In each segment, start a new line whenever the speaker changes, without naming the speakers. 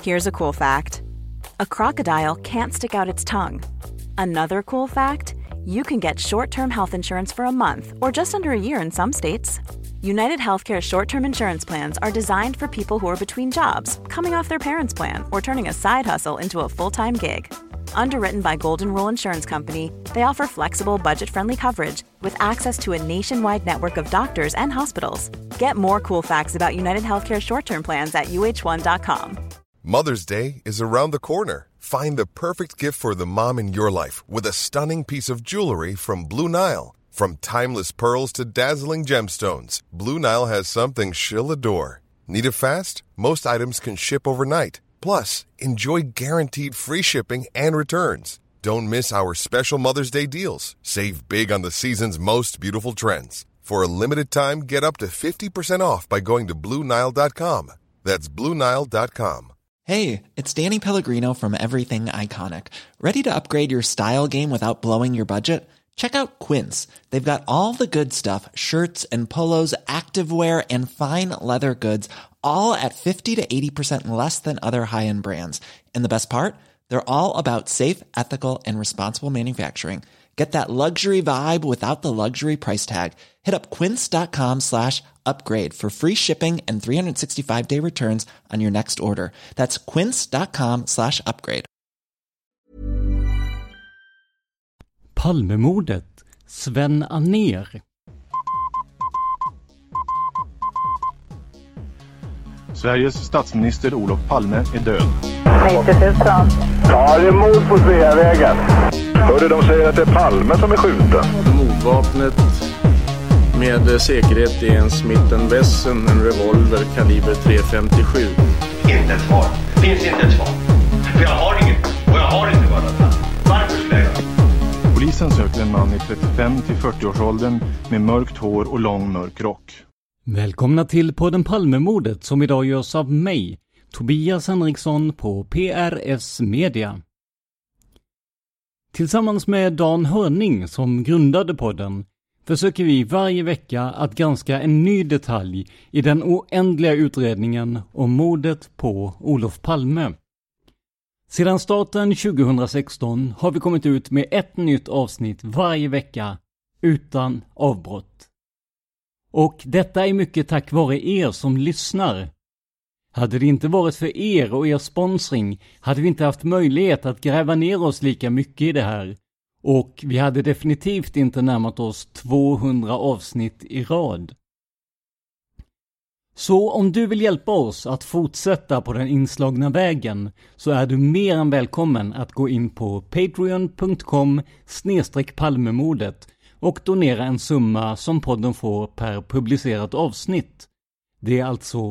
Here's a cool fact. A crocodile can't stick out its tongue. Another cool fact, you can get short-term health insurance for a month or just under a year in some states. United Healthcare short-term insurance plans are designed for people who are between jobs, coming off their parents' plan, or turning a side hustle into a full-time gig. Underwritten by Golden Rule Insurance Company, they offer flexible, budget-friendly coverage with access to a nationwide network of doctors and hospitals. Get more cool facts about United Healthcare short-term plans at uh1.com.
Mother's Day is around the corner. Find the perfect gift for the mom in your life with a stunning piece of jewelry from Blue Nile. From timeless pearls to dazzling gemstones, Blue Nile has something she'll adore. Need it fast? Most items can ship overnight. Plus, enjoy guaranteed free shipping and returns. Don't miss our special Mother's Day deals. Save big on the season's most beautiful trends. For a limited time, get up to 50% off by going to BlueNile.com. That's BlueNile.com.
Hey, it's Danny Pellegrino from Everything Iconic. Ready to upgrade your style game without blowing your budget? Check out Quince. They've got all the good stuff, shirts and polos, activewear, and fine leather goods, all at 50 to 80% less than other high-end brands. And the best part? They're all about safe, ethical, and responsible manufacturing. Get that luxury vibe without the luxury price tag. Hit up quince.com/upgrade for free shipping and 365-day returns on your next order. That's quince.com/upgrade.
Palmemordet, Sven Anér.
Sveriges statsminister Olof Palme är död.
90 000.
Ja, det är mord på Sveavägen. Hörde de säger att det är Palme som är skjuten.
Mordvapnet med säkerhet är en Smith & Wesson, en revolver kaliber .357.
Inte ett svar. Finns inte ett svar. För jag har inget. Och jag har inte varit. Varför skulle jag?
Polisen söker en man i 35 till 40-årsåldern med mörkt hår och lång mörk rock.
Välkomna till podden Palmemordet som idag görs av mig, Tobias Henriksson på PRS Media. Tillsammans med Dan Hörning som grundade podden försöker vi varje vecka att granska en ny detalj i den oändliga utredningen om mordet på Olof Palme. Sedan starten 2016 har vi kommit ut med ett nytt avsnitt varje vecka utan avbrott. Och detta är mycket tack vare er som lyssnar. Hade det inte varit för er och er sponsring hade vi inte haft möjlighet att gräva ner oss lika mycket i det här. Och vi hade definitivt inte närmat oss 200 avsnitt i rad. Så om du vill hjälpa oss att fortsätta på den inslagna vägen så är du mer än välkommen att gå in på patreon.com/palmemordet och donera en summa som podden får per publicerat avsnitt. Det är alltså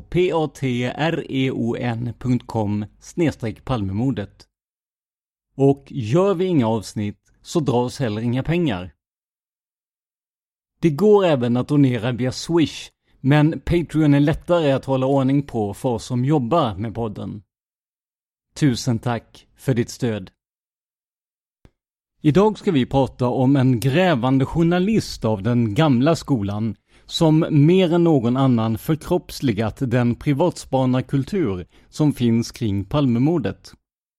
patreon.com/palmemordet. Och gör vi inga avsnitt så dras heller inga pengar. Det går även att donera via Swish, men Patreon är lättare att hålla ordning på för oss som jobbar med podden. Tusen tack för ditt stöd. Idag ska vi prata om en grävande journalist av den gamla skolan som mer än någon annan förkroppsligat den privatspanarkultur som finns kring Palmemordet.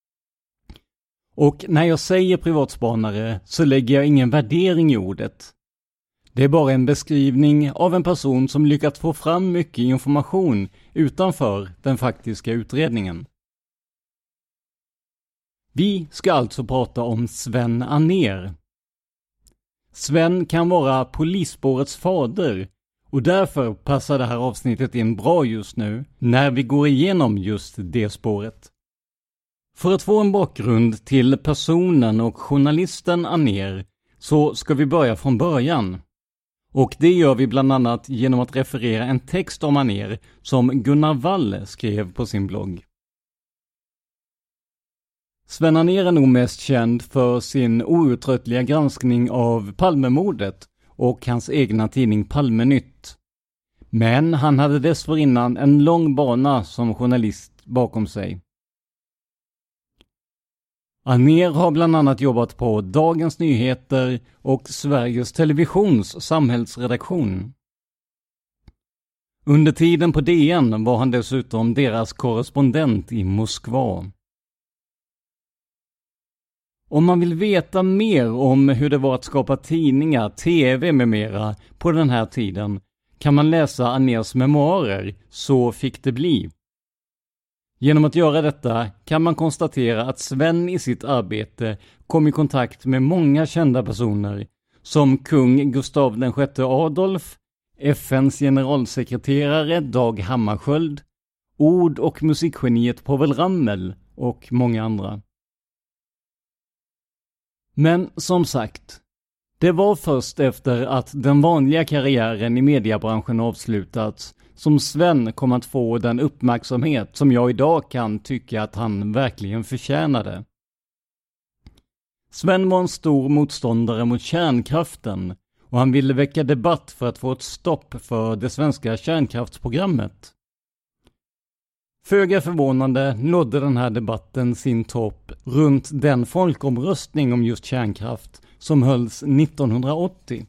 Och när jag säger privatspanare så lägger jag ingen värdering i ordet. Det är bara en beskrivning av en person som lyckats få fram mycket information utanför den faktiska utredningen. Vi ska alltså prata om Sven Anér. Sven kan vara polisspårets fader och därför passar det här avsnittet in bra just nu när vi går igenom just det spåret. För att få en bakgrund till personen och journalisten Anér så ska vi börja från början. Och det gör vi bland annat genom att referera en text om Anér som Gunnar Wall skrev på sin blogg. Sven Anér är nog mest känd för sin outtröttliga granskning av Palmemordet och hans egna tidning Palmenytt. Men han hade dessförinnan en lång bana som journalist bakom sig. Anér har bland annat jobbat på Dagens Nyheter och Sveriges Televisions samhällsredaktion. Under tiden på DN var han dessutom deras korrespondent i Moskva. Om man vill veta mer om hur det var att skapa tidningar, tv med mera på den här tiden kan man läsa Anérs memoarer Så fick det bli. Genom att göra detta kan man konstatera att Sven i sitt arbete kom i kontakt med många kända personer som kung Gustav VI Adolf, FNs generalsekreterare Dag Hammarskjöld, ord- och musikgeniet Povel Ramel och många andra. Men som sagt, det var först efter att den vanliga karriären i mediebranschen avslutats som Sven kom att få den uppmärksamhet som jag idag kan tycka att han verkligen förtjänade. Sven var en stor motståndare mot kärnkraften och han ville väcka debatt för att få ett stopp för det svenska kärnkraftsprogrammet. Föga förvånande nådde den här debatten sin topp runt den folkomröstning om just kärnkraft som hölls 1980.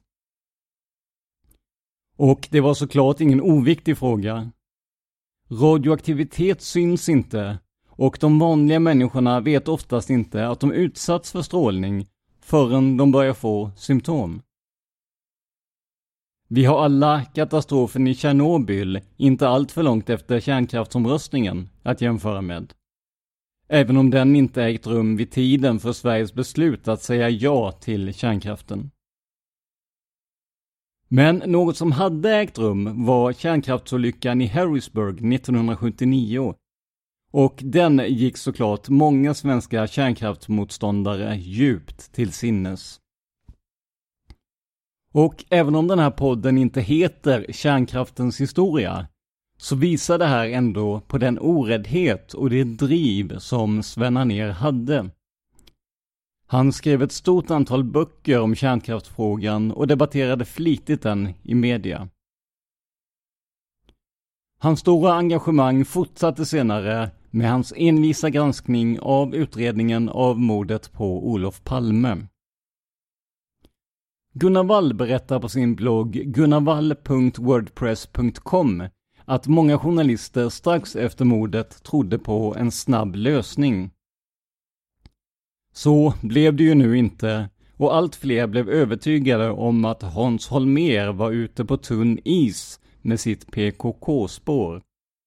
Och det var såklart ingen oviktig fråga. Radioaktivitet syns inte och de vanliga människorna vet oftast inte att de utsatts för strålning förrän de börjar få symptom. Vi har alla katastrofen i Tjernobyl inte allt för långt efter kärnkraftsomröstningen att jämföra med. Även om den inte ägt rum vid tiden för Sveriges beslut att säga ja till kärnkraften. Men något som hade ägt rum var kärnkraftsolyckan i Harrisburg 1979. Och den gick såklart många svenska kärnkraftsmotståndare djupt till sinnes. Och även om den här podden inte heter Kärnkraftens historia så visar det här ändå på den oräddhet och det driv som Sven Anér hade. Han skrev ett stort antal böcker om kärnkraftsfrågan och debatterade flitigt den i media. Hans stora engagemang fortsatte senare med hans envisa granskning av utredningen av mordet på Olof Palme. Gunnar Wall berättar på sin blogg gunnarwall.wordpress.com att många journalister strax efter mordet trodde på en snabb lösning. Så blev det ju nu inte och allt fler blev övertygade om att Hans Holmér var ute på tunn is med sitt PKK-spår.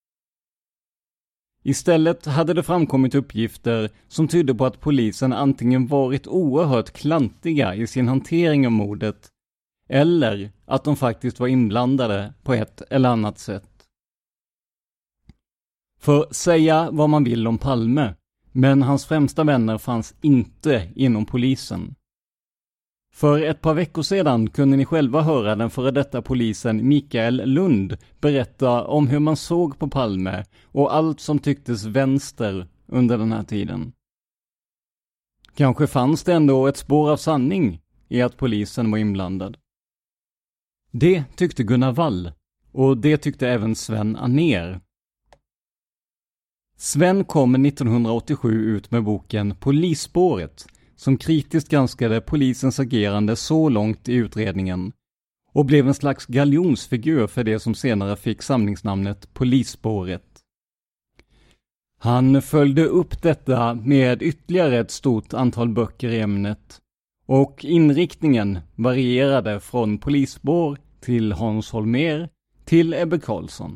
Istället hade det framkommit uppgifter som tydde på att polisen antingen varit oerhört klantiga i sin hantering av mordet eller att de faktiskt var inblandade på ett eller annat sätt. För säga vad man vill om Palme, men hans främsta vänner fanns inte inom polisen. För ett par veckor sedan kunde ni själva höra den före detta polisen Mikael Lund berätta om hur man såg på Palme och allt som tycktes vänster under den här tiden. Kanske fanns det ändå ett spår av sanning i att polisen var inblandad. Det tyckte Gunnar Wall och det tyckte även Sven Anér. Sven kom 1987 ut med boken Polisspåret som kritiskt granskade polisens agerande så långt i utredningen och blev en slags galjonsfigur för det som senare fick samlingsnamnet Polisspåret. Han följde upp detta med ytterligare ett stort antal böcker i ämnet och inriktningen varierade från polisspår till Hans Holmér till Ebbe Carlsson.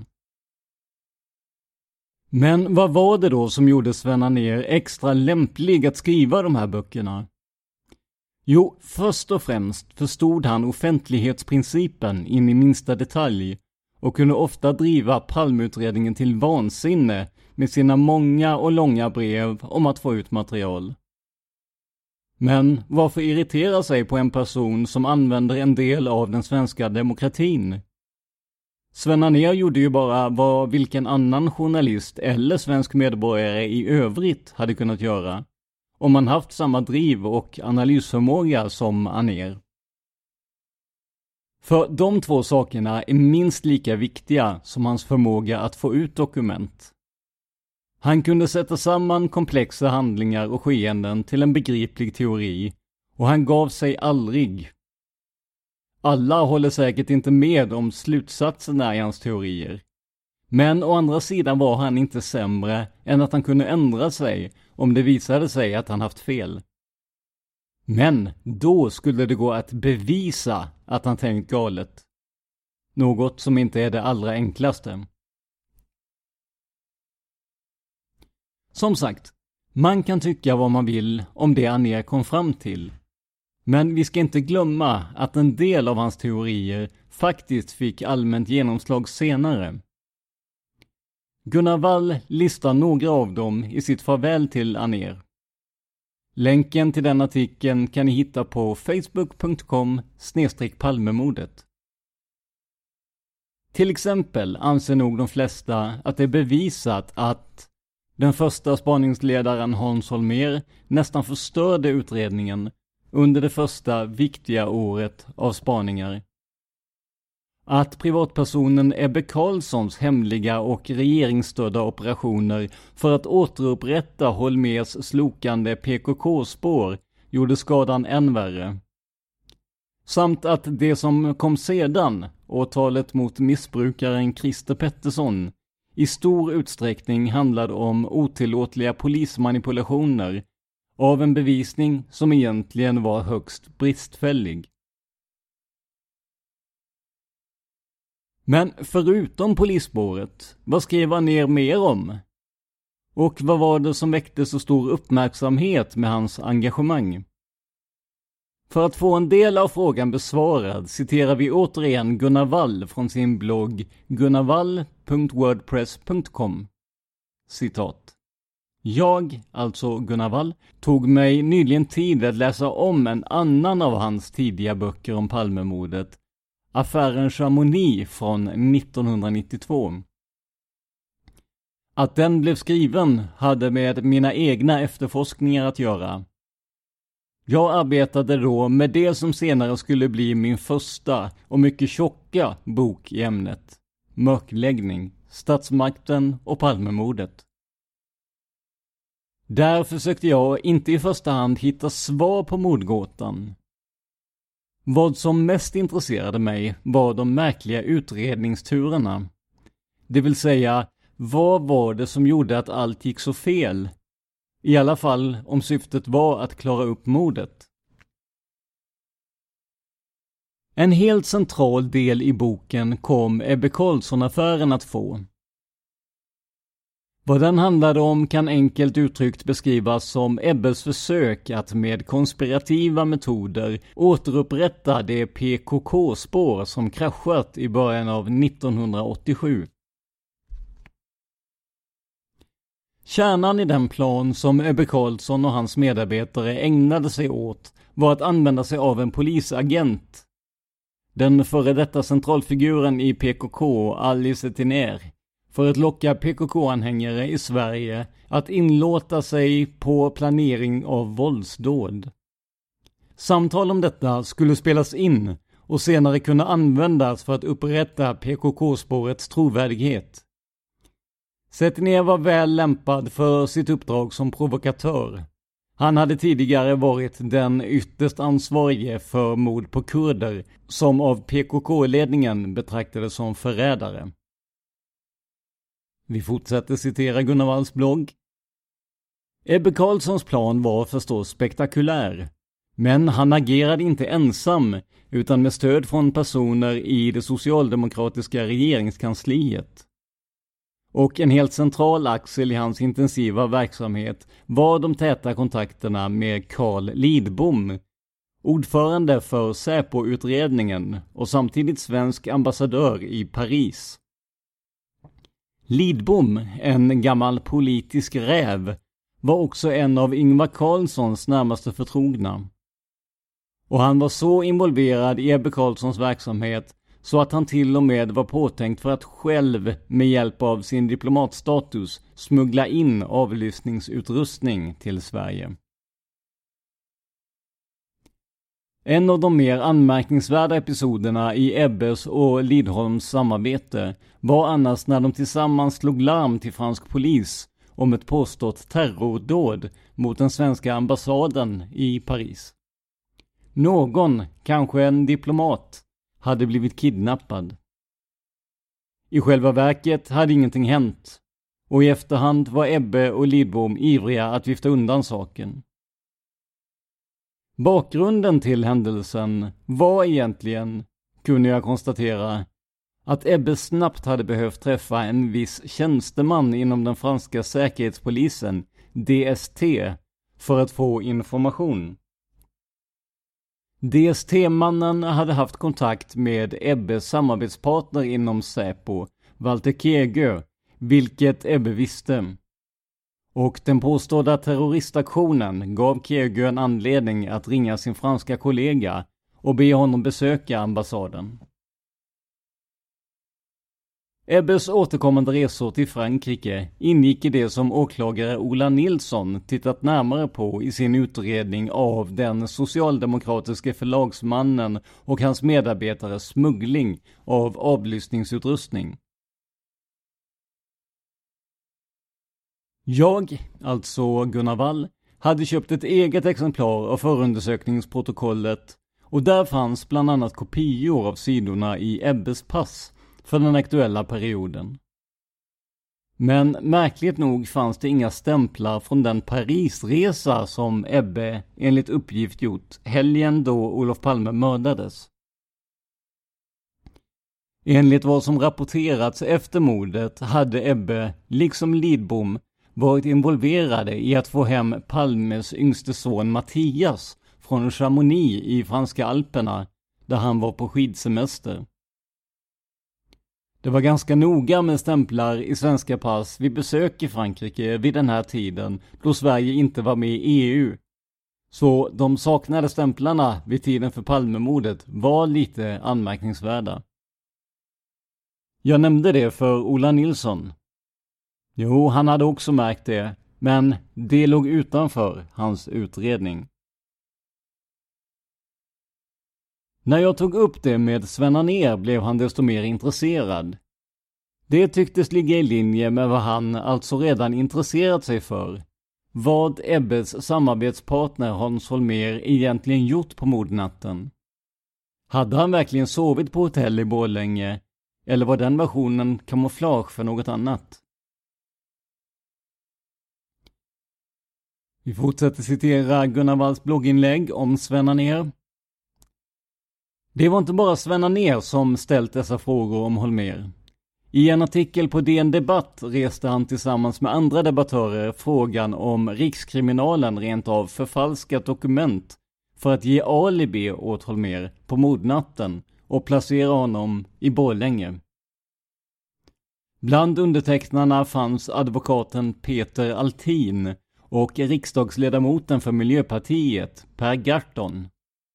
Men vad var det då som gjorde Sven Anér extra lämplig att skriva de här böckerna? Jo, först och främst förstod han offentlighetsprincipen in i minsta detalj och kunde ofta driva Palmeutredningen till vansinne med sina många och långa brev om att få ut material. Men varför irritera sig på en person som använder en del av den svenska demokratin? Sven Anér gjorde ju bara vad vilken annan journalist eller svensk medborgare i övrigt hade kunnat göra om man haft samma driv och analysförmåga som Anér. För de två sakerna är minst lika viktiga som hans förmåga att få ut dokument. Han kunde sätta samman komplexa handlingar och skeenden till en begriplig teori och han gav sig aldrig. Alla håller säkert inte med om slutsatserna i hans teorier. Men å andra sidan var han inte sämre än att han kunde ändra sig om det visade sig att han haft fel. Men då skulle det gå att bevisa att han tänkt galet. Något som inte är det allra enklaste. Som sagt, man kan tycka vad man vill om det Anér kom fram till. Men vi ska inte glömma att en del av hans teorier faktiskt fick allmänt genomslag senare. Gunnar Wall listar några av dem i sitt farväl till Anér. Länken till den artikeln kan ni hitta på facebook.com/Palmemordet. Till exempel anser nog de flesta att det är bevisat att den första spaningsledaren Hans Holmér nästan förstörde utredningen under det första viktiga året av spaningar. Att privatpersonen Ebbe Carlssons hemliga och regeringsstödda operationer för att återupprätta Holmérs slokande PKK-spår gjorde skadan än värre. Samt att det som kom sedan, åtalet mot missbrukaren Christer Pettersson, i stor utsträckning handlade om otillåtliga polismanipulationer av en bevisning som egentligen var högst bristfällig. Men förutom polisspåret, vad skrev han ner mer om? Och vad var det som väckte så stor uppmärksamhet med hans engagemang? För att få en del av frågan besvarad citerar vi återigen Gunnar Wall från sin blogg gunnarwall.wordpress.com. Citat. Jag, alltså Gunnar Wall, tog mig nyligen tid att läsa om en annan av hans tidiga böcker om Palmemordet, Affären Chamonix från 1992. Att den blev skriven hade med mina egna efterforskningar att göra. Jag arbetade då med det som senare skulle bli min första och mycket tjocka bok i ämnet. Mörkläggning, statsmakten och Palmemordet. Där försökte jag inte i första hand hitta svar på mordgåtan. Vad som mest intresserade mig var de märkliga utredningsturerna. Det vill säga, vad var det som gjorde att allt gick så fel? I alla fall om syftet var att klara upp mordet. En helt central del i boken kom Ebbe Carlsson-affären att få. Vad den handlade om kan enkelt uttryckt beskrivas som Ebbes försök att med konspirativa metoder återupprätta det PKK-spår som kraschat i början av 1987. Kärnan i den plan som Ebbe Carlsson och hans medarbetare ägnade sig åt var att använda sig av en polisagent. Den före detta centralfiguren i PKK, Ali Setiner, för att locka PKK-anhängare i Sverige att inlåta sig på planering av våldsdåd. Samtal om detta skulle spelas in och senare kunna användas för att upprätta PKK-spårets trovärdighet. Setiner var väl lämpad för sitt uppdrag som provokatör. Han hade tidigare varit den ytterst ansvarige för mord på kurder som av PKK-ledningen betraktades som förrädare. Vi fortsätter citera Gunnar Walls blogg. Ebbe Carlssons plan var förstås spektakulär, men han agerade inte ensam utan med stöd från personer i det socialdemokratiska regeringskansliet. Och en helt central axel i hans intensiva verksamhet var de täta kontakterna med Carl Lidbom, ordförande för Säpo-utredningen och samtidigt svensk ambassadör i Paris. Lidbom, en gammal politisk räv, var också en av Ingvar Carlssons närmaste förtrogna. Och han var så involverad i Ebbe Carlssons verksamhet så att han till och med var påtänkt för att själv med hjälp av sin diplomatstatus smuggla in avlyssningsutrustning till Sverige. En av de mer anmärkningsvärda episoderna i Ebbes och Lidholms samarbete var annars när de tillsammans slog larm till fransk polis om ett påstått terrordåd mot den svenska ambassaden i Paris. Någon, kanske en diplomat, hade blivit kidnappad. I själva verket hade ingenting hänt, och i efterhand var Ebbe och Lidbom ivriga att vifta undan saken. Bakgrunden till händelsen var egentligen, kunde jag konstatera, att Ebbe snabbt hade behövt träffa en viss tjänsteman inom den franska säkerhetspolisen, DST, för att få information. DST-mannen hade haft kontakt med Ebbes samarbetspartner inom Säpo, Walter Kegö, vilket Ebbe visste. Och den påstådda terroristaktionen gav Kegö en anledning att ringa sin franska kollega och be honom besöka ambassaden. Ebbes återkommande resor till Frankrike ingick i det som åklagare Ola Nilsson tittat närmare på i sin utredning av den socialdemokratiske förlagsmannen och hans medarbetares smuggling av avlyssningsutrustning. Jag, alltså Gunnar Wall, hade köpt ett eget exemplar av förundersökningsprotokollet och där fanns bland annat kopior av sidorna i Ebbes pass för den aktuella perioden. Men märkligt nog fanns det inga stämplar från den Parisresa som Ebbe enligt uppgift gjort helgen då Olof Palme mördades. Enligt vad som rapporterats efter mordet hade Ebbe, liksom Lidbom, varit involverade i att få hem Palmes yngste son Mattias från Chamonix i franska Alperna där han var på skidsemester. Det var ganska noga med stämplar i svenska pass vid besök i Frankrike vid den här tiden då Sverige inte var med i EU. Så de saknade stämplarna vid tiden för Palmemordet var lite anmärkningsvärda. Jag nämnde det för Ola Nilsson. Jo, han hade också märkt det, men det låg utanför hans utredning. När jag tog upp det med Sven Anér blev han desto mer intresserad. Det tycktes ligga i linje med vad han alltså redan intresserat sig för. Vad Ebbes samarbetspartner Hans Holmér egentligen gjort på mordnatten. Hade han verkligen sovit på hotell i Borlänge, eller var den versionen kamouflage för något annat? Vi fortsätter citera Gunnar Walls blogginlägg om Sven Anér. Det var inte bara Sven Anér som ställt dessa frågor om Holmér. I en artikel på DN Debatt reste han tillsammans med andra debattörer frågan om Rikskriminalen rent av förfalskat dokument för att ge alibi åt Holmér på mordnatten och placera honom i Borlänge. Bland undertecknarna fanns advokaten Peter Altin och riksdagsledamoten för Miljöpartiet Per Gahrton.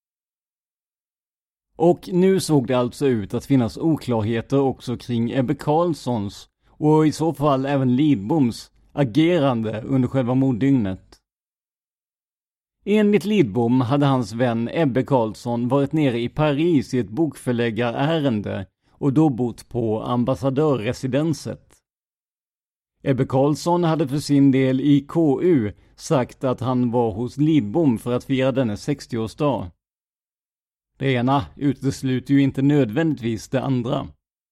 Och nu såg det alltså ut att finnas oklarheter också kring Ebbe Carlssons och i så fall även Lidboms agerande under själva morddygnet. Enligt Lidbom hade hans vän Ebbe Carlsson varit nere i Paris i ett bokförläggarärende och då bott på ambassadörresidenset. Ebbe Carlsson hade för sin del i KU sagt att han var hos Lidbom för att fira dennes 60-årsdag. Det ena utesluter ju inte nödvändigtvis det andra.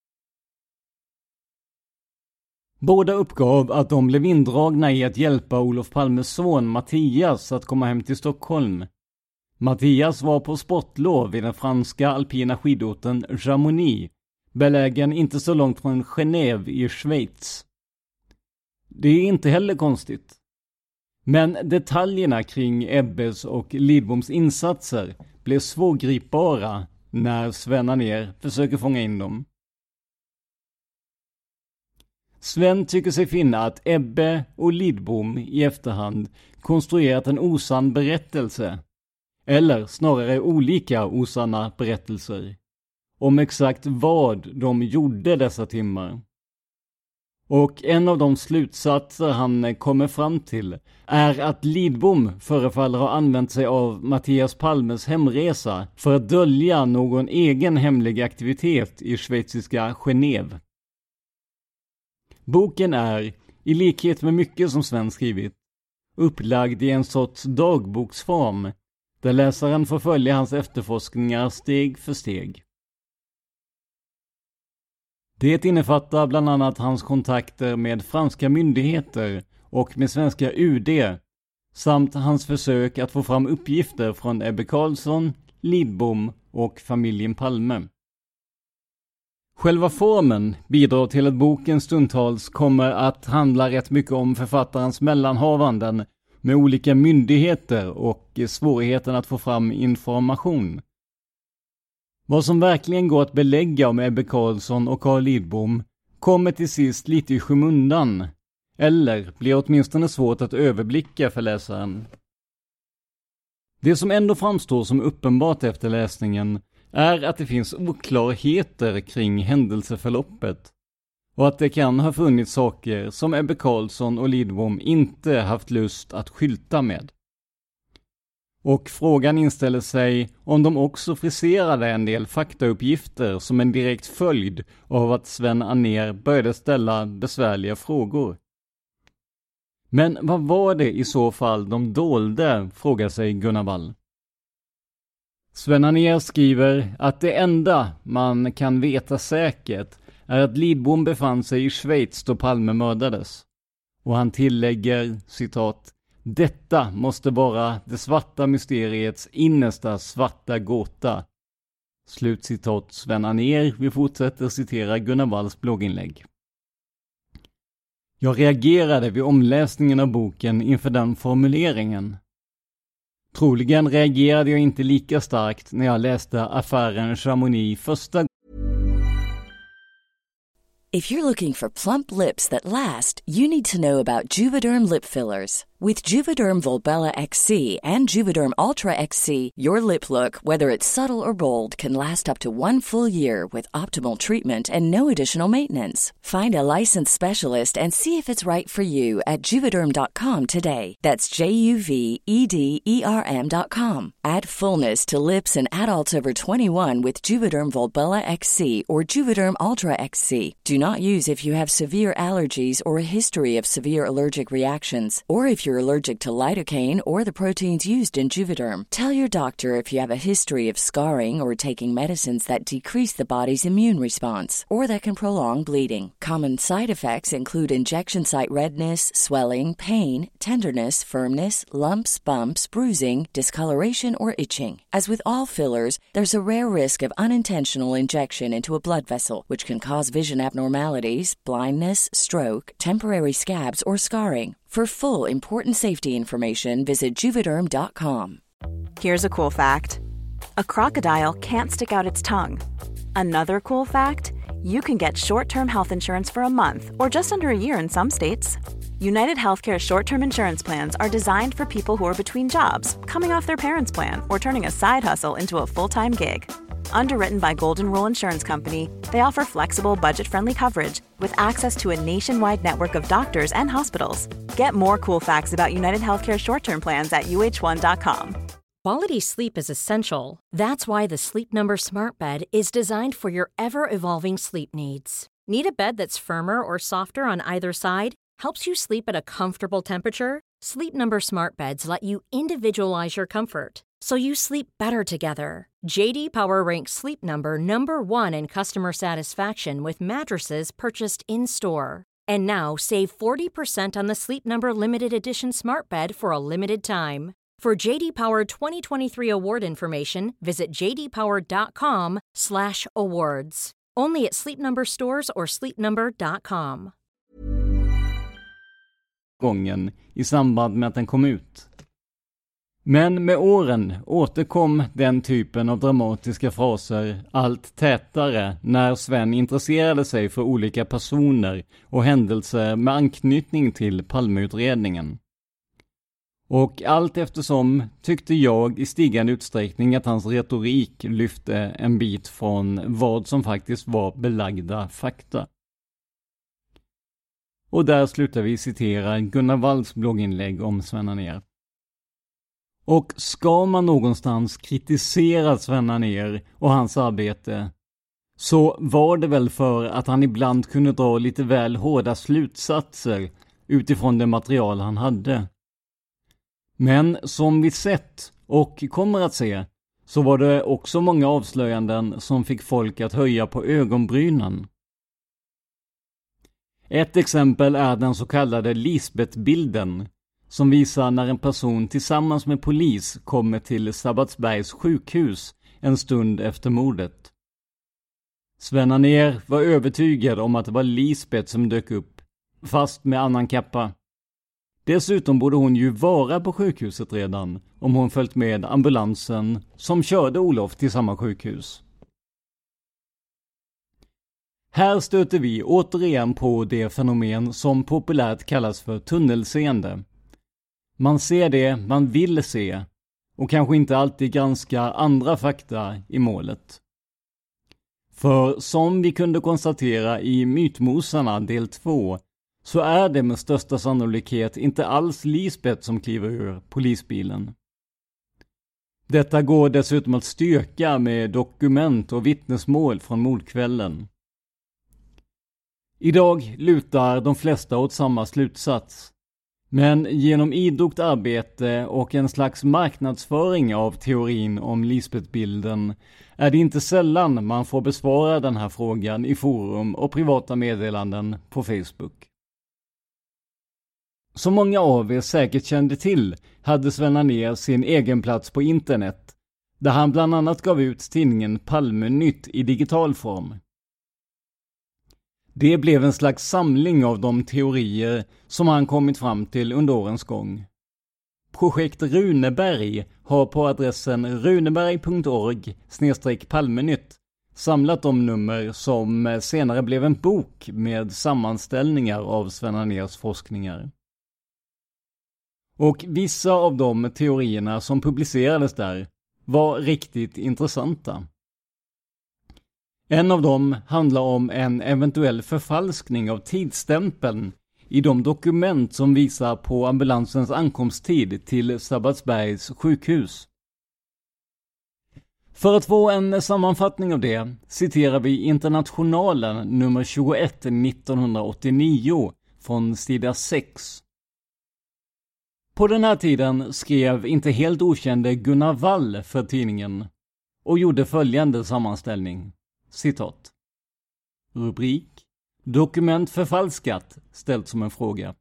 Båda uppgav att de blev indragna i att hjälpa Olof Palmes son Mattias att komma hem till Stockholm. Mattias var på sportlov i den franska alpina skidorten Chamonix, belägen inte så långt från Genève i Schweiz. Det är inte heller konstigt. Men detaljerna kring Ebbes och Lidboms insatser blev svårgripbara när Sven Anér försöker fånga in dem. Sven tycker sig finna att Ebbe och Lidbom i efterhand konstruerat en osann berättelse, eller snarare olika osanna berättelser, om exakt vad de gjorde dessa timmar. Och en av de slutsatser han kommer fram till är att Lidbom förefaller ha använt sig av Mattias Palmes hemresa för att dölja någon egen hemlig aktivitet i schweiziska Genève. Boken är, i likhet med mycket som Sven skrivit, upplagd i en sorts dagboksform där läsaren får följa hans efterforskningar steg för steg. Det innefattar bland annat hans kontakter med franska myndigheter och med svenska UD samt hans försök att få fram uppgifter från Ebbe Carlsson, Lidbom och familjen Palme. Själva formen bidrar till att boken stundtals kommer att handla rätt mycket om författarens mellanhavanden med olika myndigheter och svårigheten att få fram information. Vad som verkligen går att belägga om Ebbe Carlsson och Carl Lidbom kommer till sist lite i skymundan, eller blir åtminstone svårt att överblicka för läsaren. Det som ändå framstår som uppenbart efter läsningen är att det finns oklarheter kring händelseförloppet och att det kan ha funnits saker som Ebbe Carlsson och Lidbom inte haft lust att skylta med. Och frågan inställer sig om de också friserade en del faktauppgifter som en direkt följd av att Sven Anér började ställa besvärliga frågor. Men vad var det i så fall de dolde, frågar sig Gunnar Wall. Sven Anér skriver att det enda man kan veta säkert är att Lidbom befann sig i Schweiz då Palme mördades. Och han tillägger, citat, detta måste vara det svarta mysteriets innersta svarta gåta. Slutcitat Sven Anér, vi fortsätter citera Gunnar Walls blogginlägg. Jag reagerade vid omläsningen av boken inför den formuleringen. Troligen reagerade jag inte lika starkt när jag läste affären Chamonix första gången.
If you're looking for plump lips that last, you need to know about Juvederm lip fillers. With Juvederm Volbella XC and Juvederm Ultra XC, your lip look, whether it's subtle or bold, can last up to 1 full year with optimal treatment and no additional maintenance. Find a licensed specialist and see if it's right for you at Juvederm.com today. That's JUVEDERM.com. Add fullness to lips in adults over 21 with Juvederm Volbella XC or Juvederm Ultra XC. Do not use if you have severe allergies or a history of severe allergic reactions, or if you're allergic to lidocaine or the proteins used in Juvederm. Tell your doctor if you have a history of scarring or taking medicines that decrease the body's immune response or that can prolong bleeding. Common side effects include injection site redness, swelling, pain, tenderness, firmness, lumps, bumps, bruising, discoloration, or itching. As with all fillers, there's a rare risk of unintentional injection into a blood vessel, which can cause vision abnormalities, blindness, stroke, temporary scabs, or scarring. For full, important safety information, visit Juvederm.com.
Here's a cool fact. A crocodile can't stick out its tongue. Another cool fact, you can get short-term health insurance for a month or just under a year in some states. United Healthcare short-term insurance plans are designed for people who are between jobs, coming off their parents' plan, or turning a side hustle into a full-time gig. Underwritten by Golden Rule Insurance Company, they offer flexible, budget-friendly coverage with access to a nationwide network of doctors and hospitals. Get more cool facts about United Healthcare short-term plans at uh1.com.
Quality sleep is essential. That's why the Sleep Number Smart Bed is designed for your ever-evolving sleep needs. Need a bed that's firmer or softer on either side? Helps you sleep at a comfortable temperature? Sleep Number Smart Beds let you individualize your comfort, so you sleep better together. JD Power ranks Sleep Number #1 in customer satisfaction with mattresses purchased in-store. And now save 40% on the Sleep Number Limited Edition Smart Bed for a limited time. For JD Power 2023 award information, visit jdpower.com/awards. Only at Sleep Number stores or sleepnumber.com.
Gången i samband med att den kom ut. Men med åren återkom den typen av dramatiska fraser allt tätare när Sven intresserade sig för olika personer och händelser med anknytning till Palmeutredningen. Och allt eftersom tyckte jag i stigande utsträckning att hans retorik lyfte en bit från vad som faktiskt var belagda fakta. Och där slutar vi citera Gunnar Walls blogginlägg om Sven Anér. Och ska man någonstans kritisera Sven Anér och hans arbete, så var det väl för att han ibland kunde dra lite väl hårda slutsatser utifrån det material han hade. Men som vi sett och kommer att se, så var det också många avslöjanden som fick folk att höja på ögonbrynen. Ett exempel är den så kallade Lisbeth-bilden, som visar när en person tillsammans med polis kommer till Sabbatsbergs sjukhus en stund efter mordet. Sven Anér var övertygad om att det var Lisbeth som dök upp, fast med annan kappa. Dessutom borde hon ju vara på sjukhuset redan, om hon följt med ambulansen som körde Olof till samma sjukhus. Här stöter vi återigen på det fenomen som populärt kallas för tunnelseende. Man ser det man vill se och kanske inte alltid granska andra fakta i målet. För som vi kunde konstatera i Mytmosarna del 2 så är det med största sannolikhet inte alls Lisbeth som kliver ur polisbilen. Detta går dessutom att styrka med dokument och vittnesmål från mordkvällen. Idag lutar de flesta åt samma slutsats. Men genom idogt arbete och en slags marknadsföring av teorin om Lisbeth-bilden är det inte sällan man får besvara den här frågan i forum och privata meddelanden på Facebook. Som många av er säkert kände till hade Sven Anér sin egen plats på internet, där han bland annat gav ut tidningen Palmenytt i digital form. Det blev en slags samling av de teorier som han kommit fram till under årens gång. Projekt Runeberg har på adressen runeberg.org/Palmenytt samlat de nummer som senare blev en bok med sammanställningar av Sven Anérs forskningar. Och vissa av de teorierna som publicerades där var riktigt intressanta. En av dem handlar om en eventuell förfalskning av tidsstämpeln i de dokument som visar på ambulansens ankomsttid till Sabbatsbergs sjukhus. För att få en sammanfattning av det citerar vi Internationalen nummer 21 1989 från sida 6. På den här tiden skrev inte helt okände Gunnar Wall för tidningen och gjorde följande sammanställning. Citat. Rubrik: Dokument förfalskat, ställt som en fråga.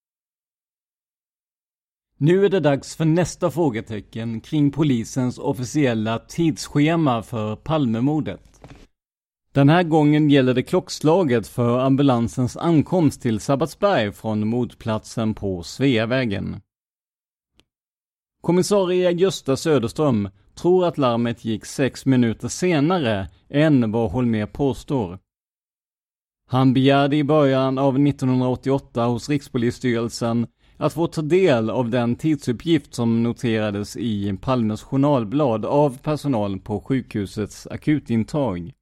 Nu är det dags för nästa frågetecken kring polisens officiella tidsschema för Palmemordet. Den här gången gäller det klockslaget för ambulansens ankomst till Sabbatsberg från mordplatsen på Sveavägen. Kommissarie Gösta Söderström tror att larmet gick 6 minuter senare än vad Holmér påstår. Han begärde i början av 1988 hos Rikspolisstyrelsen att få ta del av den tidsuppgift som noterades i Palmes journalblad av personal på sjukhusets akutintag.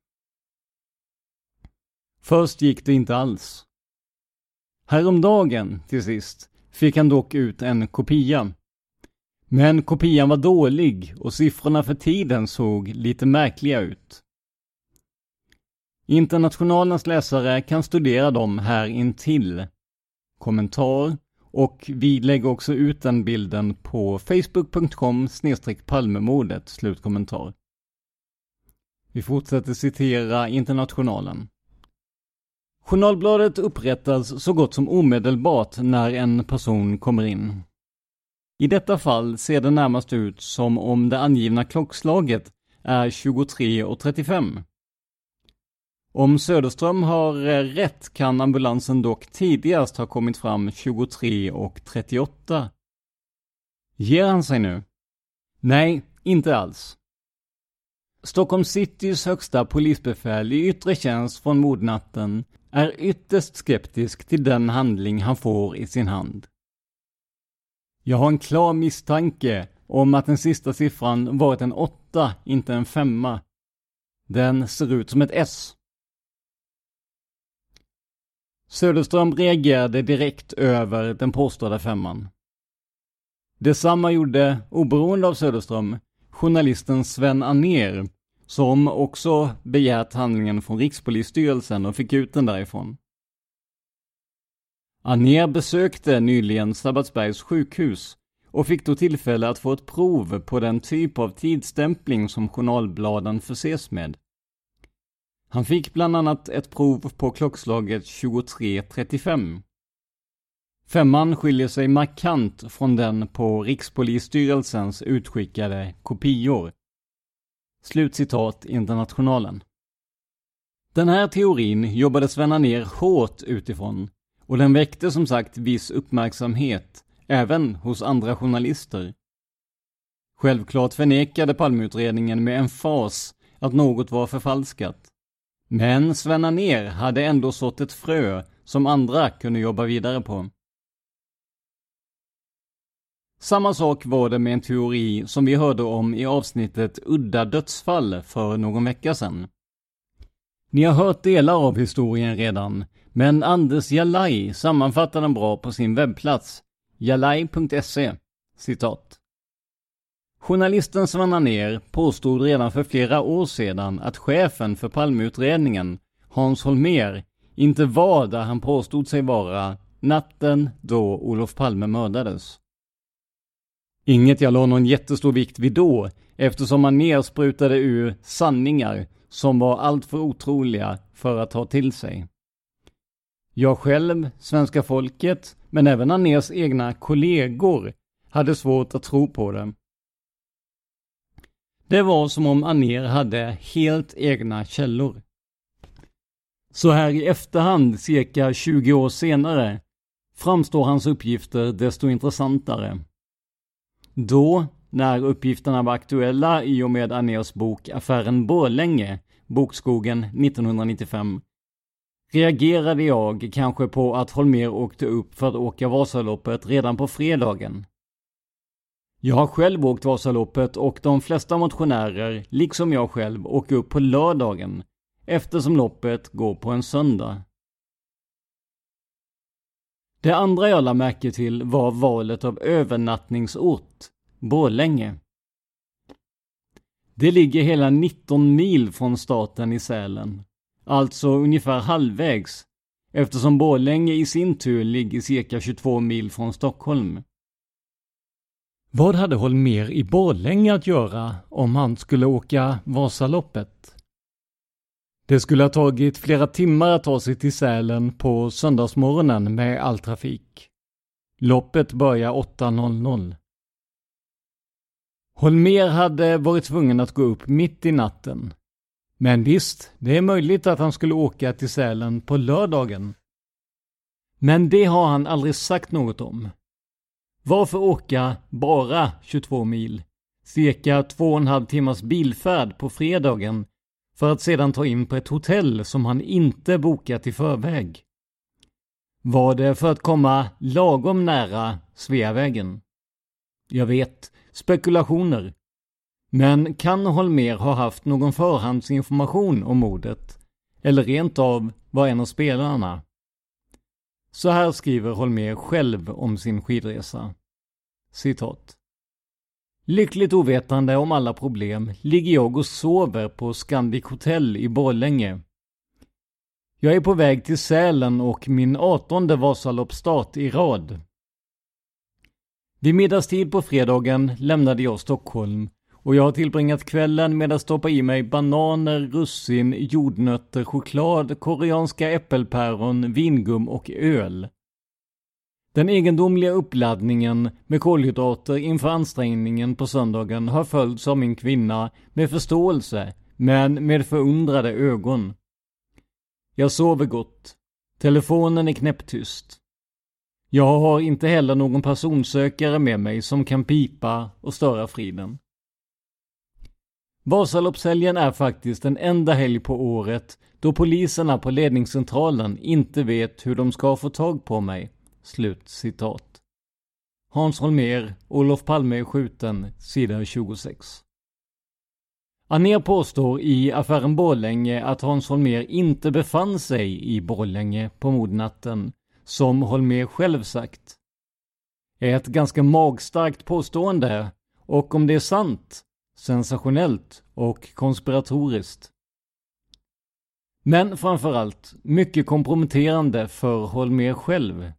Först gick det inte alls. Häromdagen, till sist, fick han dock ut en kopia. Men kopian var dålig och siffrorna för tiden såg lite märkliga ut. Internationalens läsare kan studera dem här intill. Kommentar, och vi lägger också ut den bilden på facebook.com/palmemordet, slutkommentar. Vi fortsätter citera Internationalen. Journalbladet upprättas så gott som omedelbart när en person kommer in. I detta fall ser det närmast ut som om det angivna klockslaget är 23:35. Om Söderström har rätt kan ambulansen dock tidigast ha kommit fram 23:38. Ger han sig nu? Nej, inte alls. Stockholm Citys högsta polisbefäl i yttre tjänst från mordnatten är ytterst skeptisk till den handling han får i sin hand. Jag har en klar misstanke om att den sista siffran varit en 8, inte en 5. Den ser ut som ett S. Söderström reagerade direkt över den påstådda 5. Detsamma gjorde, oberoende av Söderström, journalisten Sven Anér, som också begärt handlingen från Rikspolisstyrelsen och fick ut den därifrån. Anér besökte nyligen Sabbatsbergs sjukhus och fick då tillfälle att få ett prov på den typ av tidsstämpling som journalbladen förses med. Han fick bland annat ett prov på klockslaget 23:35. 5:an skiljer sig markant från den på Rikspolisstyrelsens utskickade kopior. Slutcitat Internationalen. Den här teorin jobbade Sven Anér hårt utifrån och den väckte som sagt viss uppmärksamhet även hos andra journalister. Självklart förnekade Palmeutredningen med emfas att något var förfalskat. Men Sven Anér hade ändå sått ett frö som andra kunde jobba vidare på. Samma sak var det med en teori som vi hörde om i avsnittet Udda dödsfall för någon vecka sedan. Ni har hört delar av historien redan, men Anders Jalaj sammanfattar den bra på sin webbplats, jalaj.se. Citat. Journalisten Sven Anér påstod redan för flera år sedan att chefen för Palmeutredningen, Hans Holmér, inte var där han påstod sig vara natten då Olof Palme mördades. Inget jag la någon jättestor vikt vid då, eftersom Anér sprutade ur sanningar som var allt för otroliga för att ta till sig. Jag själv, svenska folket, men även Anérs egna kollegor hade svårt att tro på det. Det var som om Anér hade helt egna källor. Så här i efterhand, cirka 20 år senare, framstår hans uppgifter desto intressantare. Då, när uppgifterna var aktuella i och med Anérs bok Affären Borlänge, Bokskogen 1995, reagerade jag kanske på att Holmér åkte upp för att åka Vasaloppet redan på fredagen. Jag har själv åkt Vasaloppet och de flesta motionärer, liksom jag själv, åker upp på lördagen, eftersom loppet går på en söndag. Det andra jag lade märke till var valet av övernattningsort, Borlänge. Det ligger hela 19 mil från staten i Sälen, alltså ungefär halvvägs, eftersom Borlänge i sin tur ligger cirka 22 mil från Stockholm. Vad hade Holmér i Borlänge att göra om han skulle åka Vasaloppet? Det skulle ha tagit flera timmar att ta sig till Sälen på söndagsmorgonen med all trafik. Loppet börjar 8:00. Holmér hade varit tvungen att gå upp mitt i natten. Men visst, det är möjligt att han skulle åka till Sälen på lördagen. Men det har han aldrig sagt något om. Varför åka bara 22 mil, cirka 2,5 timmars bilfärd på fredagen, för att sedan ta in på ett hotell som han inte bokat i förväg? Var det för att komma lagom nära Sveavägen? Jag vet, spekulationer. Men kan Holmér ha haft någon förhandsinformation om mordet? Eller rent av var en av spelarna? Så här skriver Holmér själv om sin skidresa. Citat. Lyckligt ovetande om alla problem ligger jag och sover på Scandic Hotel i Borlänge. Jag är på väg till Sälen och min 18:e Vasaloppsstart i rad. Vid middagstid på fredagen lämnade jag Stockholm och jag har tillbringat kvällen med att stoppa i mig bananer, russin, jordnötter, choklad, koreanska äppelpäron, vingum och öl. Den egendomliga uppladdningen med kolhydrater inför ansträngningen på söndagen har följts av min kvinna med förståelse, men med förundrade ögon. Jag sover gott. Telefonen är knäpptyst. Jag har inte heller någon personsökare med mig som kan pipa och störa friden. Vasaloppshelgen är faktiskt den enda helg på året då poliserna på ledningscentralen inte vet hur de ska få tag på mig. Slut citat. Hans Holmér, Olof Palme är skjuten, sida 26. Anér påstår i Affären Borlänge att Hans Holmér inte befann sig i Borlänge på mordnatten, som Holmér själv sagt. Ett ganska magstarkt påstående, och om det är sant, sensationellt och konspiratoriskt. Men framförallt mycket komprometterande för Holmér själv.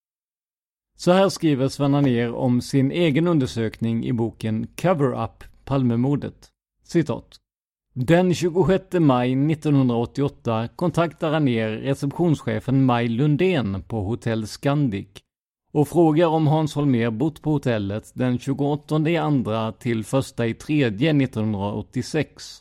Så här skriver Sven Anér om sin egen undersökning i boken Cover Up Palmemordet. Citat. Den 26 maj 1988 kontaktar Anér receptionschefen Maj Lundén på Hotell Scandic och frågar om Hans Holmér bott på hotellet den 28/2 till 1/3 1986.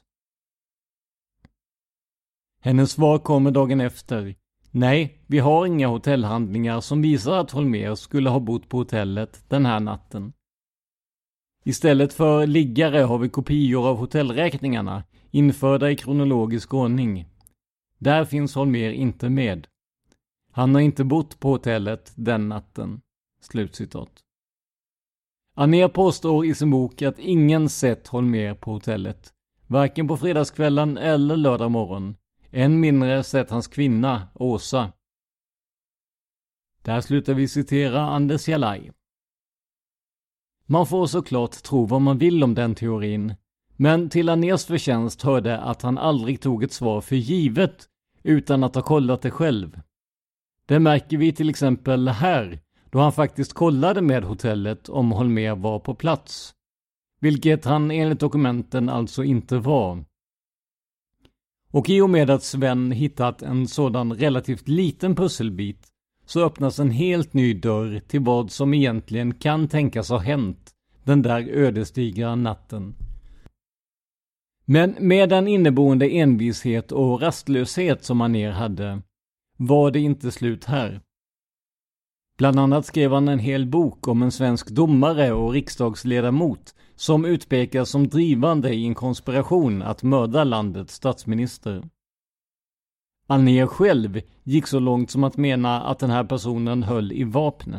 Hennes svar kommer dagen efter. Nej, vi har inga hotellhandlingar som visar att Holmér skulle ha bott på hotellet den här natten. Istället för liggare har vi kopior av hotellräkningarna införda i kronologisk ordning. Där finns Holmér inte med. Han har inte bott på hotellet den natten. Slutcitat. Anér påstår i sin bok att ingen sett Holmér på hotellet, varken på fredagskvällen eller lördag morgon. Än mindre sett hans kvinna, Åsa. Där slutar vi citera Anders Jalaj. Man får såklart tro vad man vill om den teorin, men till Anérs förtjänst hörde att han aldrig tog ett svar för givet utan att ha kollat det själv. Det märker vi till exempel här, då han faktiskt kollade med hotellet om Holmér var på plats, vilket han enligt dokumenten alltså inte var. Och i och med att Sven hittat en sådan relativt liten pusselbit så öppnas en helt ny dörr till vad som egentligen kan tänkas ha hänt den där ödesdigra natten. Men med den inneboende envishet och rastlöshet som Anér hade var det inte slut här. Bland annat skrev han en hel bok om en svensk domare och riksdagsledamot som utpekas som drivande i en konspiration att mörda landets statsminister. Anér själv gick så långt som att mena att den här personen höll i vapnet.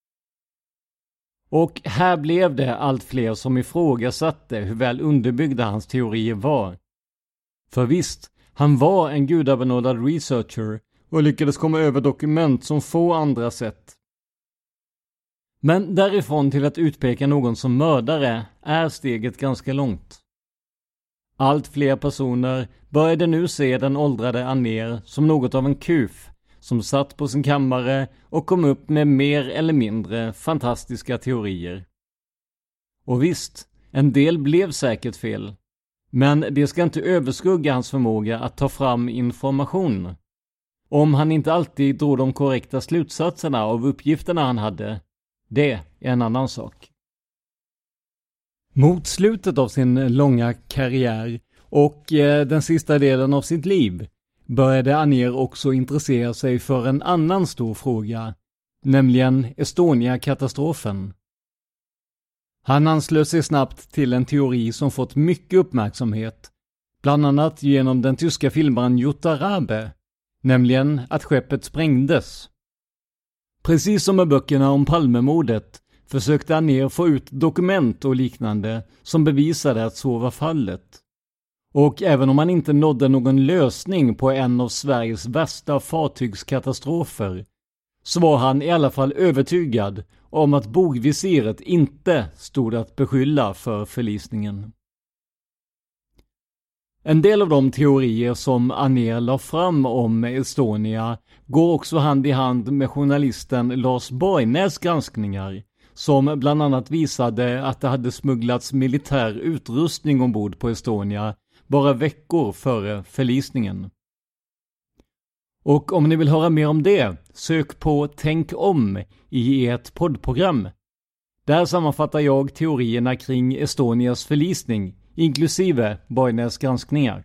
Och här blev det allt fler som ifrågasatte hur väl underbyggda hans teorier var. För visst, han var en gudabenådad researcher och lyckades komma över dokument som få andra sett. Men därifrån till att utpeka någon som mördare är steget ganska långt. Allt fler personer började nu se den åldrade Anér som något av en kuf som satt på sin kammare och kom upp med mer eller mindre fantastiska teorier. Och visst, en del blev säkert fel. Men det ska inte överskugga hans förmåga att ta fram information. Om han inte alltid drog de korrekta slutsatserna av uppgifterna han hade, det är en annan sak. Mot slutet av sin långa karriär och den sista delen av sitt liv började Anér också intressera sig för en annan stor fråga, nämligen Estonia-katastrofen. Han anslöt sig snabbt till en teori som fått mycket uppmärksamhet, bland annat genom den tyska filmaren Jutta Rabe, nämligen att skeppet sprängdes. Precis som med böckerna om Palmemordet försökte Anér få ut dokument och liknande som bevisade att så var fallet. Och även om han inte nådde någon lösning på en av Sveriges värsta fartygskatastrofer så var han i alla fall övertygad om att bogvisiret inte stod att beskylla för förlisningen. En del av de teorier som Anér la fram om Estonia går också hand i hand med journalisten Lars Borgnäs granskningar, som bland annat visade att det hade smugglats militär utrustning ombord på Estonia bara veckor före förlisningen. Och om ni vill höra mer om det, sök på Tänk om i ert poddprogram. Där sammanfattar jag teorierna kring Estonias förlisning, inklusive Borgnäs granskningar.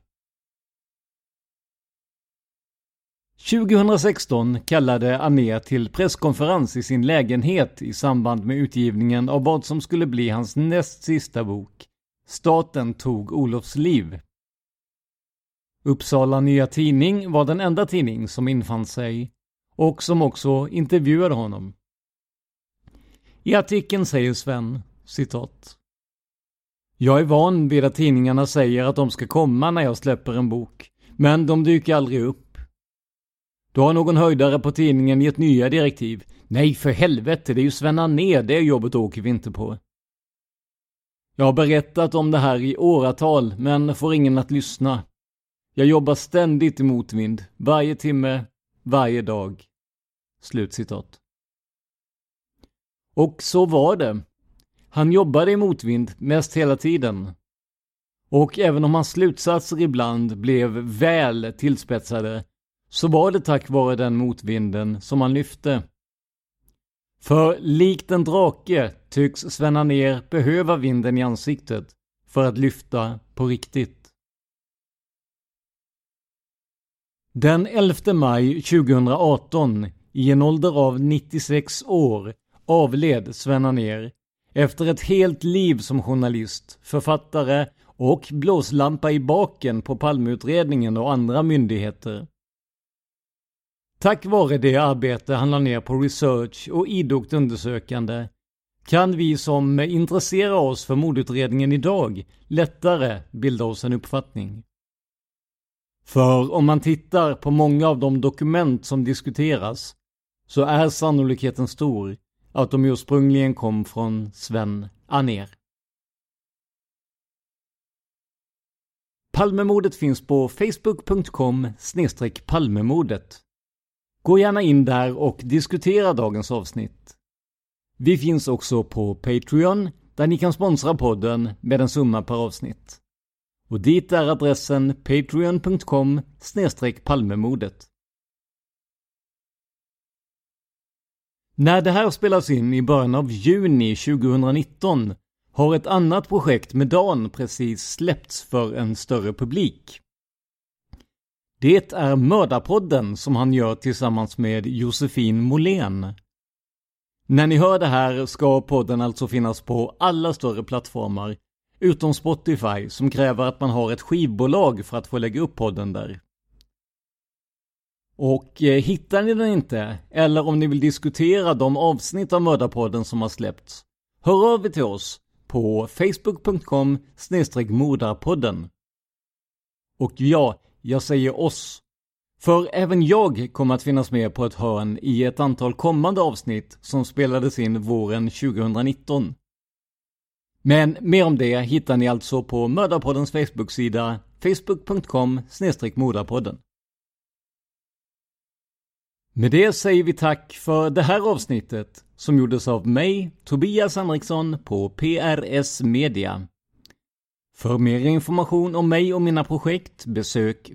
2016 kallade Anér till presskonferens i sin lägenhet i samband med utgivningen av vad som skulle bli hans näst sista bok, Staten tog Olofs liv. Uppsala Nya Tidning var den enda tidning som infann sig och som också intervjuade honom. I artikeln säger Sven, citat: "Jag är van vid att tidningarna säger att de ska komma när jag släpper en bok, men de dyker aldrig upp. Då har någon höjdare på tidningen gett nya direktiv. Nej, för helvete, det är ju Sven Anér, det jobbet åker vi inte på. Jag har berättat om det här i åratal, men får ingen att lyssna. Jag jobbar ständigt i motvind, varje timme, varje dag." Slutcitat. Och så var det. Han jobbade i motvind mest hela tiden. Och även om hans slutsatser ibland blev väl tillspetsade, så var det tack vare den motvinden som han lyfte. För likt en drake tycks Sven Anér behöva vinden i ansiktet för att lyfta på riktigt. Den 11 maj 2018, i en ålder av 96 år, avled Sven Anér efter ett helt liv som journalist, författare och blåslampa i baken på Palmeutredningen och andra myndigheter. Tack vare det arbete han la ner på research och idogt undersökande kan vi som intresserar oss för mordutredningen idag lättare bilda oss en uppfattning. För om man tittar på många av de dokument som diskuteras så är sannolikheten stor att de ursprungligen kom från Sven Anér. Palmemordet finns på facebook.com/palmemordet. Gå gärna in där och diskutera dagens avsnitt. Vi finns också på Patreon där ni kan sponsra podden med en summa per avsnitt. Och dit är adressen patreon.com/palmemordet. När det här spelas in i början av juni 2019 har ett annat projekt med Dan precis släppts för en större publik. Det är Mördarpodden som han gör tillsammans med Josefin Molén. När ni hör det här ska podden alltså finnas på alla större plattformar utom Spotify som kräver att man har ett skivbolag för att få lägga upp podden där. Och hittar ni den inte, eller om ni vill diskutera de avsnitt av Mördarpodden som har släppts, hör av er till oss på facebook.com/mordarpodden. Och ja, jag säger oss. För även jag kommer att finnas med på ett hörn i ett antal kommande avsnitt som spelades in våren 2019. Men mer om det hittar ni alltså på Mördarpoddens Facebook-sida facebook.com/mordarpodden. Med det säger vi tack för det här avsnittet som gjordes av mig, Tobias Henriksson på PRS Media. För mer information om mig och mina projekt besök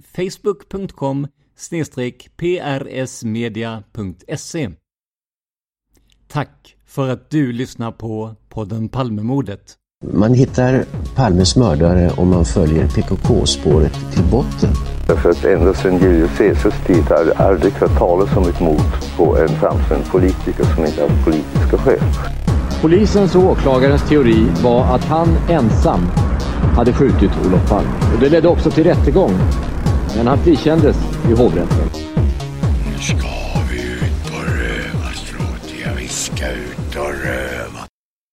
facebook.com/prsmedia.se. Tack för att du lyssnar på podden Palmemordet.
Man hittar Palmes mördare om man följer PKK-spåret till botten.
För att ända sedan Julius Caesars tid har det aldrig hört talas om ett mord på en framstående politiker som inte har politiska skäl.
Polisens och åklagarens teori var att han ensam hade skjutit Olof Palme. Och det ledde också till rättegång. Men han frikändes i hovrätten.
Nu ska vi ut på rövarstråt. Ja, vi ska ut och röva.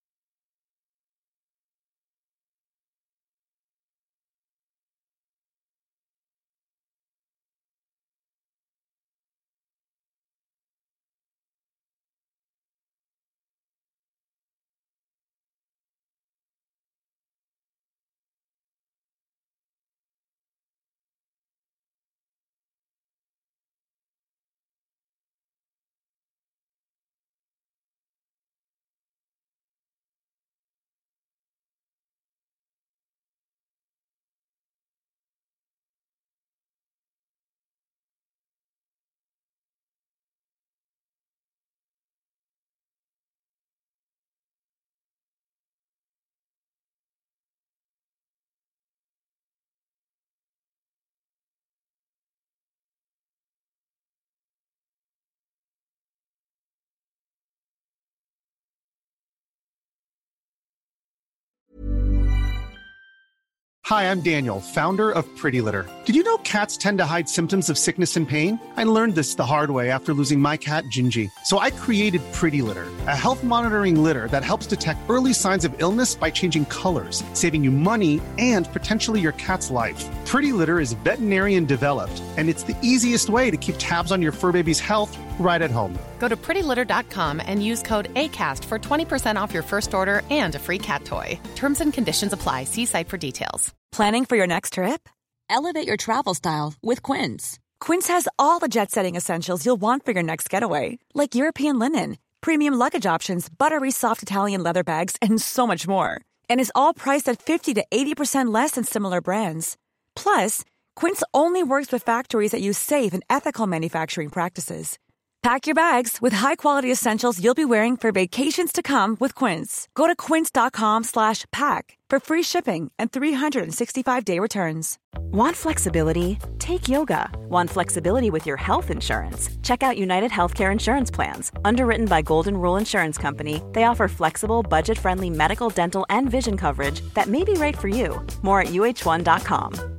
Hi, I'm Daniel, founder of Pretty Litter. Did you know cats tend to hide symptoms of sickness and pain? I learned this the hard way after losing my cat, Gingy. So I created Pretty Litter, a health monitoring litter that helps detect early signs of illness by changing colors, saving you money and potentially your cat's life. Pretty Litter is veterinarian developed, and it's the easiest way to keep tabs on your fur baby's health right at home.
Go to prettylitter.com and use code ACAST for 20% off your first order and a free cat toy. Terms and conditions apply. See site for details.
Planning for your next trip? Elevate your travel style with Quince. Quince has all the jet-setting essentials you'll want for your next getaway, like European linen, premium luggage options, buttery soft Italian leather bags, and so much more. And is all priced at 50 to 80% less than similar brands. Plus, Quince only works with factories that use safe and ethical manufacturing practices. Pack your bags with high-quality essentials you'll be wearing for vacations to come with Quince. Go to quince.com/pack for free shipping and 365-day returns.
Want flexibility? Take yoga. Want flexibility with your health insurance? Check out United Healthcare Insurance Plans. Underwritten by Golden Rule Insurance Company, they offer flexible, budget-friendly medical, dental, and vision coverage that may be right for you. More at uh1.com.